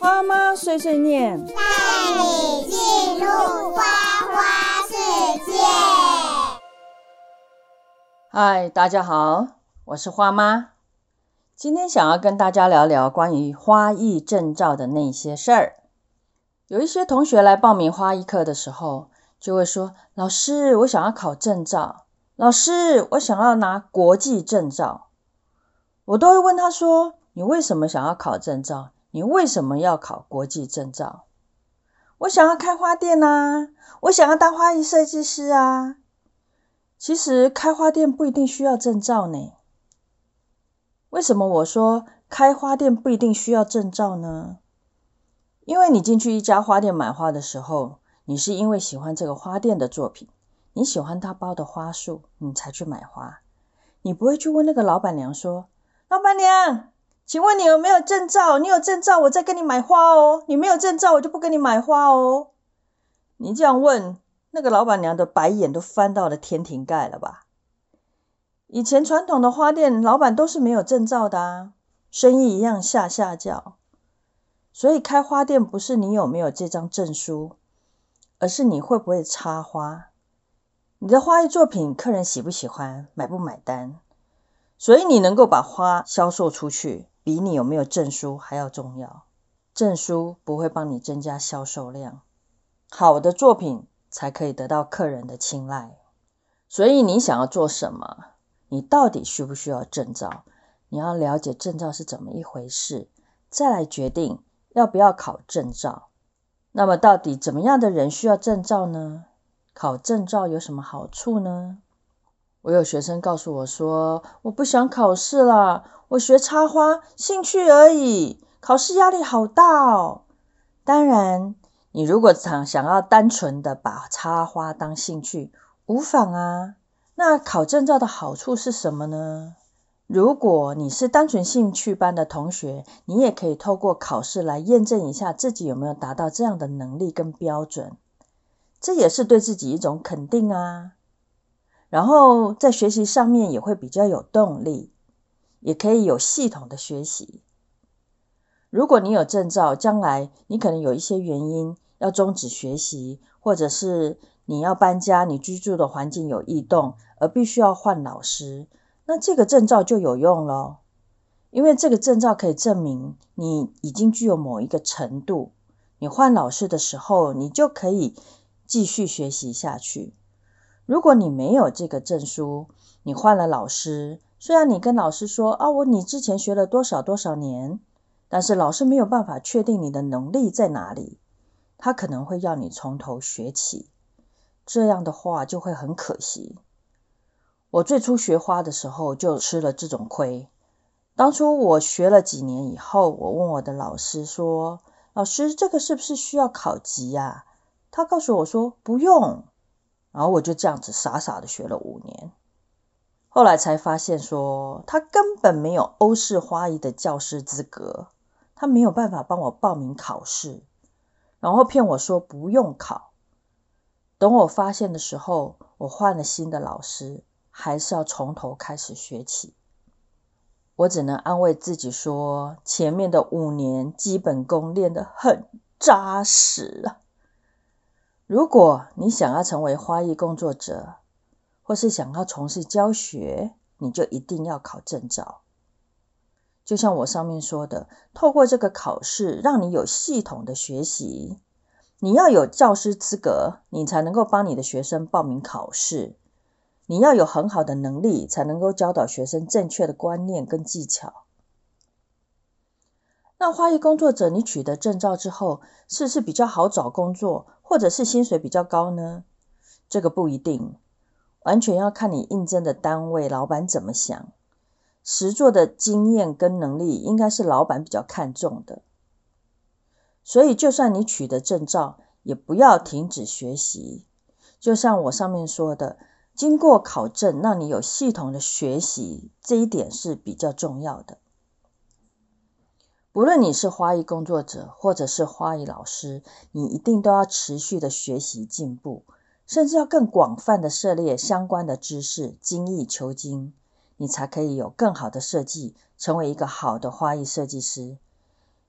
花妈碎碎念， 带你进入花花世界。 嗨，大家好，我是花妈。今天想要跟大家聊聊关于花艺证照的那些事儿。有一些同学来报名花艺课的时候，就会说，老师，我想要考证照，老师，我想要拿国际证照。我都会问他说，你为什么想要考证照？你为什么要考国际证照？我想要开花店啊，我想要当花艺设计师啊。其实开花店不一定需要证照呢。为什么我说开花店不一定需要证照呢？因为你进去一家花店买花的时候，你是因为喜欢这个花店的作品，你喜欢他包的花束，你才去买花。你不会去问那个老板娘说，老板娘，请问你有没有证照？你有证照我再跟你买花哦，你没有证照我就不跟你买花哦。你这样问，那个老板娘的白眼都翻到了天庭盖了吧？以前传统的花店老板都是没有证照的啊，生意一样下叫。所以开花店不是你有没有这张证书，而是你会不会插花，你的花艺作品客人喜不喜欢，买不买单。所以你能够把花销售出去，比你有没有证书还要重要。证书不会帮你增加销售量，好的作品才可以得到客人的青睐。所以你想要做什么，你到底需不需要证照，你要了解证照是怎么一回事，再来决定要不要考证照。那么到底怎么样的人需要证照呢？考证照有什么好处呢？我有学生告诉我说，我不想考试啦，我学插花兴趣而已，考试压力好大哦。当然，你如果想要单纯的把插花当兴趣，无妨啊。那考证照的好处是什么呢？如果你是单纯兴趣班的同学，你也可以透过考试来验证一下自己有没有达到这样的能力跟标准，这也是对自己一种肯定啊。然后在学习上面也会比较有动力，也可以有系统的学习。如果你有证照，将来你可能有一些原因要终止学习，或者是你要搬家，你居住的环境有异动，而必须要换老师，那这个证照就有用咯。因为这个证照可以证明你已经具有某一个程度，你换老师的时候，你就可以继续学习下去。如果你没有这个证书，你换了老师，虽然你跟老师说你之前学了多少年，但是老师没有办法确定你的能力在哪里，他可能会要你从头学起，这样的话就会很可惜。我最初学花的时候就吃了这种亏。当初我学了几年以后，我问我的老师说，老师，这个是不是需要考级啊？他告诉我说不用。然后我就这样子傻傻的学了5年，后来才发现说他根本没有欧式花艺的教师资格，他没有办法帮我报名考试，然后骗我说不用考。等我发现的时候，我换了新的老师，还是要从头开始学起。我只能安慰自己说，前面的5年基本功练得很扎实啊。如果你想要成为花艺工作者，或是想要从事教学，你就一定要考证照。就像我上面说的，透过这个考试，让你有系统的学习。你要有教师资格，你才能够帮你的学生报名考试。你要有很好的能力，才能够教导学生正确的观念跟技巧。那花艺工作者，你取得证照之后，是不是比较好找工作，或者是薪水比较高呢？这个不一定，完全要看你应征的单位老板怎么想。实作的经验跟能力应该是老板比较看重的。所以就算你取得证照，也不要停止学习。就像我上面说的，经过考证，让你有系统的学习，这一点是比较重要的。不论你是花艺工作者或者是花艺老师，你一定都要持续的学习进步，甚至要更广泛的涉猎相关的知识，精益求精，你才可以有更好的设计，成为一个好的花艺设计师。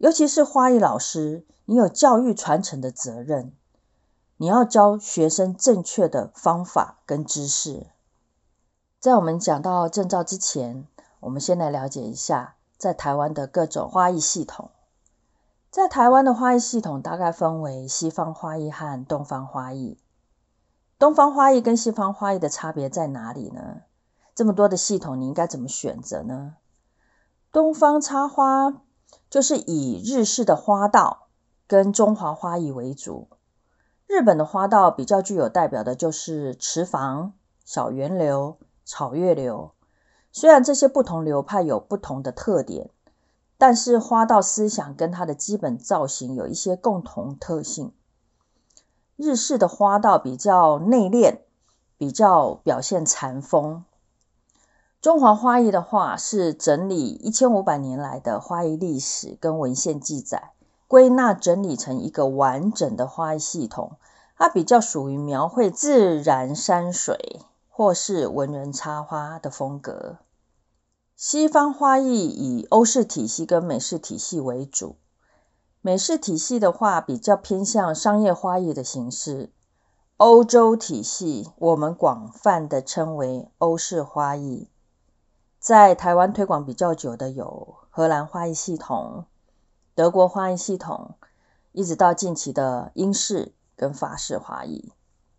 尤其是花艺老师，你有教育传承的责任，你要教学生正确的方法跟知识。在我们讲到证照之前，我们先来了解一下在台湾的各种花艺系统。在台湾的花艺系统大概分为西方花艺和东方花艺。东方花艺跟西方花艺的差别在哪里呢？这么多的系统，你应该怎么选择呢？东方插花就是以日式的花道跟中华花艺为主。日本的花道比较具有代表的就是池房、小圆流、草月流。虽然这些不同流派有不同的特点，但是花道思想跟它的基本造型有一些共同特性。日式的花道比较内敛，比较表现禅风。中华花艺的话是整理1500年来的花艺历史跟文献记载，归纳整理成一个完整的花艺系统，它比较属于描绘自然山水或是文人插花的风格。西方花艺以欧式体系跟美式体系为主，美式体系的话比较偏向商业花艺的形式，欧洲体系我们广泛的称为欧式花艺。在台湾推广比较久的有荷兰花艺系统、德国花艺系统，一直到近期的英式跟法式花艺。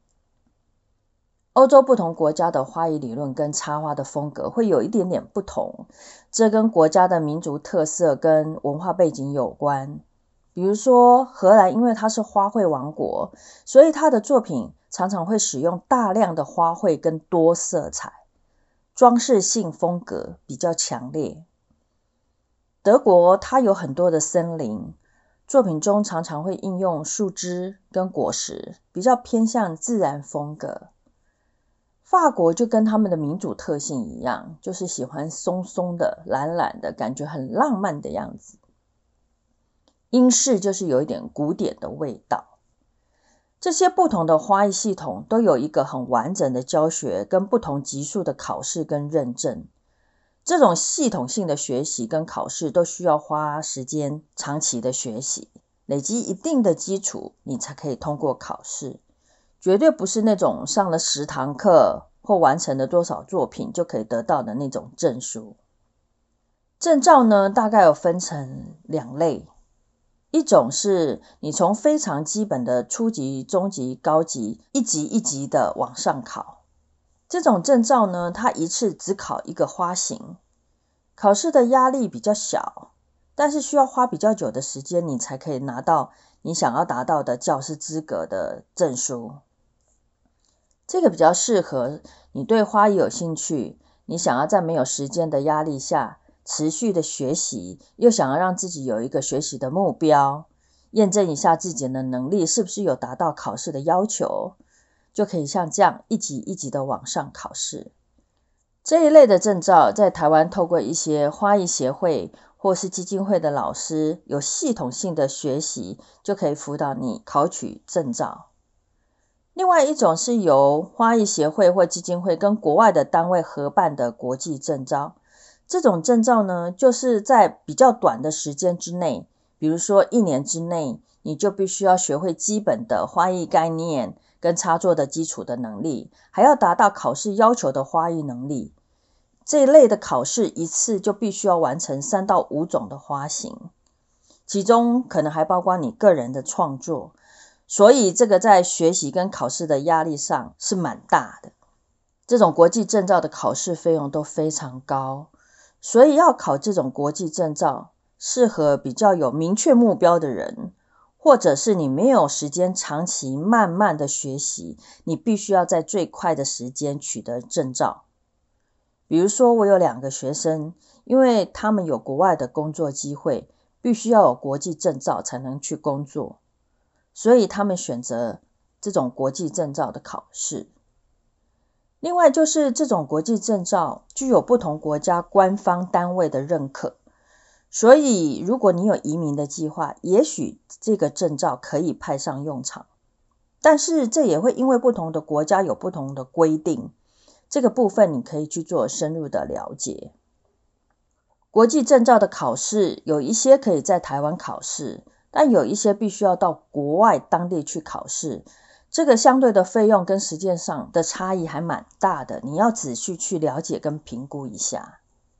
欧洲不同国家的花艺理论跟插花的风格会有一点点不同，这跟国家的民族特色跟文化背景有关。比如说荷兰，因为它是花卉王国，所以它的作品常常会使用大量的花卉跟多色彩，装饰性风格比较强烈。德国它有很多的森林，作品中常常会应用树枝跟果实，比较偏向自然风格。法国就跟他们的民主特性一样，就是喜欢松松的、懒懒的，感觉很浪漫的样子。英式就是有一点古典的味道。这些不同的花艺系统都有一个很完整的教学跟不同级数的考试跟认证。这种系统性的学习跟考试都需要花时间长期的学习，累积一定的基础，你才可以通过考试。绝对不是那种上了10堂课或完成了多少作品就可以得到的那种证书。证照呢，大概有分成2类。一种是你从非常基本的初级、中级、高级，一级一级的往上考。这种证照呢，它一次只考一个花型，考试的压力比较小，但是需要花比较久的时间，你才可以拿到你想要达到的教师资格的证书。这个比较适合你对花艺有兴趣，你想要在没有时间的压力下持续的学习，又想要让自己有一个学习的目标，验证一下自己的能力是不是有达到考试的要求，就可以像这样一级一级的往上考试。这一类的证照在台湾透过一些花艺协会或是基金会的老师有系统性的学习，就可以辅导你考取证照。另外一种是由花艺协会或基金会跟国外的单位合办的国际证照。这种证照呢，就是在比较短的时间之内，比如说1年之内，你就必须要学会基本的花艺概念跟插作的基础的能力，还要达到考试要求的花艺能力。这一类的考试一次就必须要完成3到5种的花型，其中可能还包括你个人的创作。所以这个在学习跟考试的压力上是蛮大的。这种国际证照的考试费用都非常高，所以要考这种国际证照，适合比较有明确目标的人，或者是你没有时间长期慢慢的学习，你必须要在最快的时间取得证照。比如说我有2个学生，因为他们有国外的工作机会，必须要有国际证照才能去工作，所以他们选择这种国际证照的考试。另外就是这种国际证照具有不同国家官方单位的认可，所以如果你有移民的计划，也许这个证照可以派上用场。但是这也会因为不同的国家有不同的规定，这个部分你可以去做深入的了解。 国际证照的考试有一些可以在台湾考试，但有一些必须要到国外当地去考试，这个相对的费用跟时间上的差异还蛮大的，你要仔细去了解跟评估一下。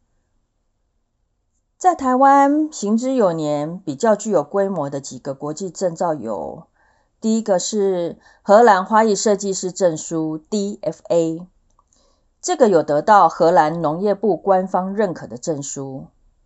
在台湾行之有年比较具有规模的几个国际证照有，第一个是荷兰花艺设计师证书 DFA， 这个有得到荷兰农业部官方认可的证书，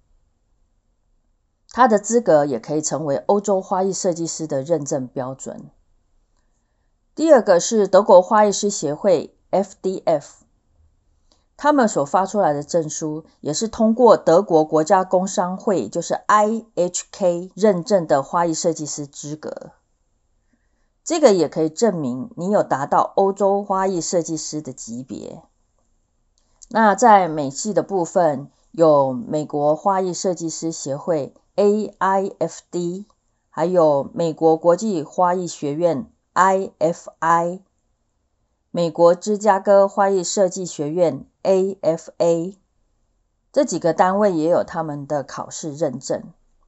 它的资格也可以成为欧洲花艺设计师的认证标准。第二个是德国花艺师协会 FDF， 他们所发出来的证书也是通过德国国家工商会就是 IHK 认证的花艺设计师资格，这个也可以证明你有达到欧洲花艺设计师的级别。那在美系的部分有美国花艺设计师协会 AIFD， 还有美国国际花艺学院 IFI， 美国芝加哥花艺设计学院 AFA， 这几个单位也有他们的考试认证。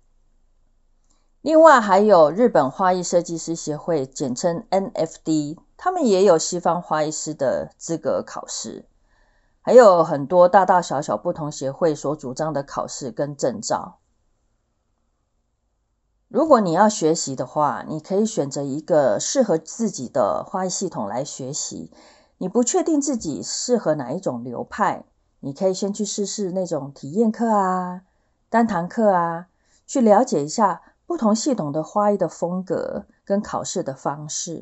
另外还有日本花艺设计师协会简称 NFD， 他们也有西方花艺师的资格考试，还有很多大大小小不同协会所主张的考试跟证照。如果你要学习的话，你可以选择一个适合自己的花艺系统来学习。你不确定自己适合哪一种流派，你可以先去试试那种体验课啊、单堂课啊，去了解一下不同系统的花艺的风格跟考试的方式。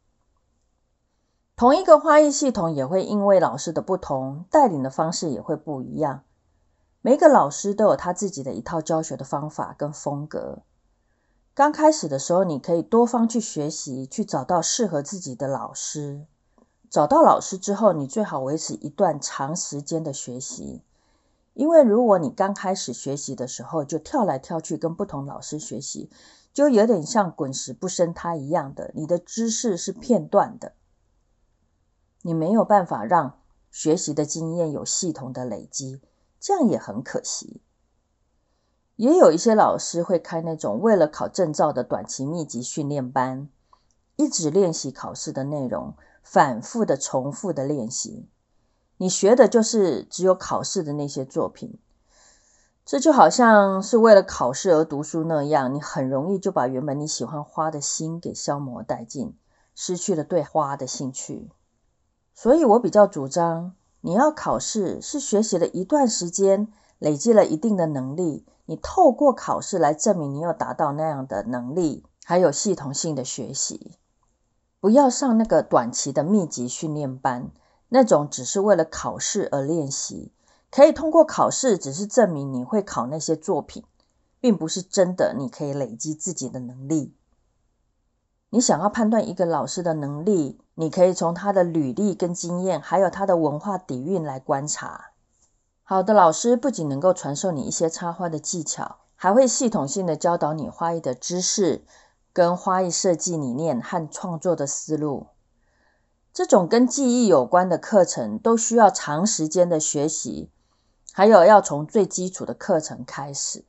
同一个花艺系统也会因为老师的不同，带领的方式也会不一样。每个老师都有他自己的一套教学的方法跟风格。刚开始的时候，你可以多方去学习，去找到适合自己的老师。找到老师之后，你最好维持一段长时间的学习。因为如果你刚开始学习的时候就跳来跳去跟不同老师学习，就有点像滚石不生胎一样的，你的知识是片段的，你没有办法让学习的经验有系统的累积，这样也很可惜。也有一些老师会开那种为了考证照的短期密集训练班，一直练习考试的内容，反复的重复的练习。你学的就是只有考试的那些作品，这就好像是为了考试而读书那样，你很容易就把原本你喜欢花的心给消磨殆尽，失去了对花的兴趣。所以我比较主张，你要考试是学习了一段时间，累积了一定的能力，你透过考试来证明你有达到那样的能力，还有系统性的学习。不要上那个短期的密集训练班，那种只是为了考试而练习，可以通过考试只是证明你会考那些作品，并不是真的你可以累积自己的能力。你想要判断一个老师的能力，你可以从他的履历跟经验，还有他的文化底蕴来观察。好的老师不仅能够传授你一些插花的技巧，还会系统性的教导你花艺的知识，跟花艺设计理念和创作的思路。这种跟技艺有关的课程都需要长时间的学习，还有要从最基础的课程开始。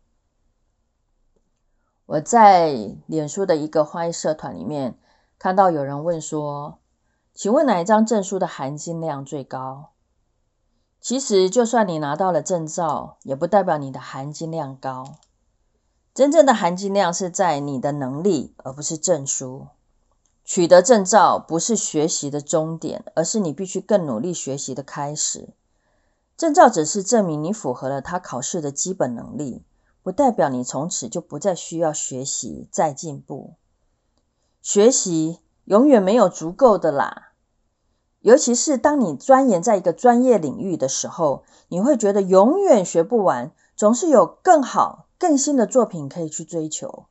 我在脸书的一个花艺社团里面看到有人问说，请问哪一张证书的含金量最高？其实就算你拿到了证照，也不代表你的含金量高。真正的含金量是在你的能力，而不是证书。取得证照不是学习的终点，而是你必须更努力学习的开始。证照只是证明你符合了他考试的基本能力，不代表你从此就不再需要学习再进步。学习永远没有足够的啦，尤其是当你钻研在一个专业领域的时候，你会觉得永远学不完，总是有更好更新的作品可以去追求。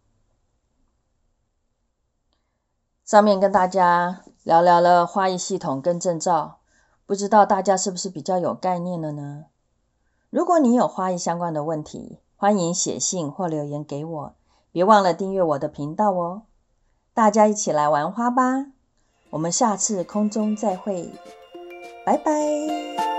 上面跟大家聊聊了花艺系统跟证照，不知道大家是不是比较有概念了呢？如果你有花艺相关的问题，欢迎写信或留言给我，别忘了订阅我的频道哦。大家一起来玩花吧，我们下次空中再会，拜拜。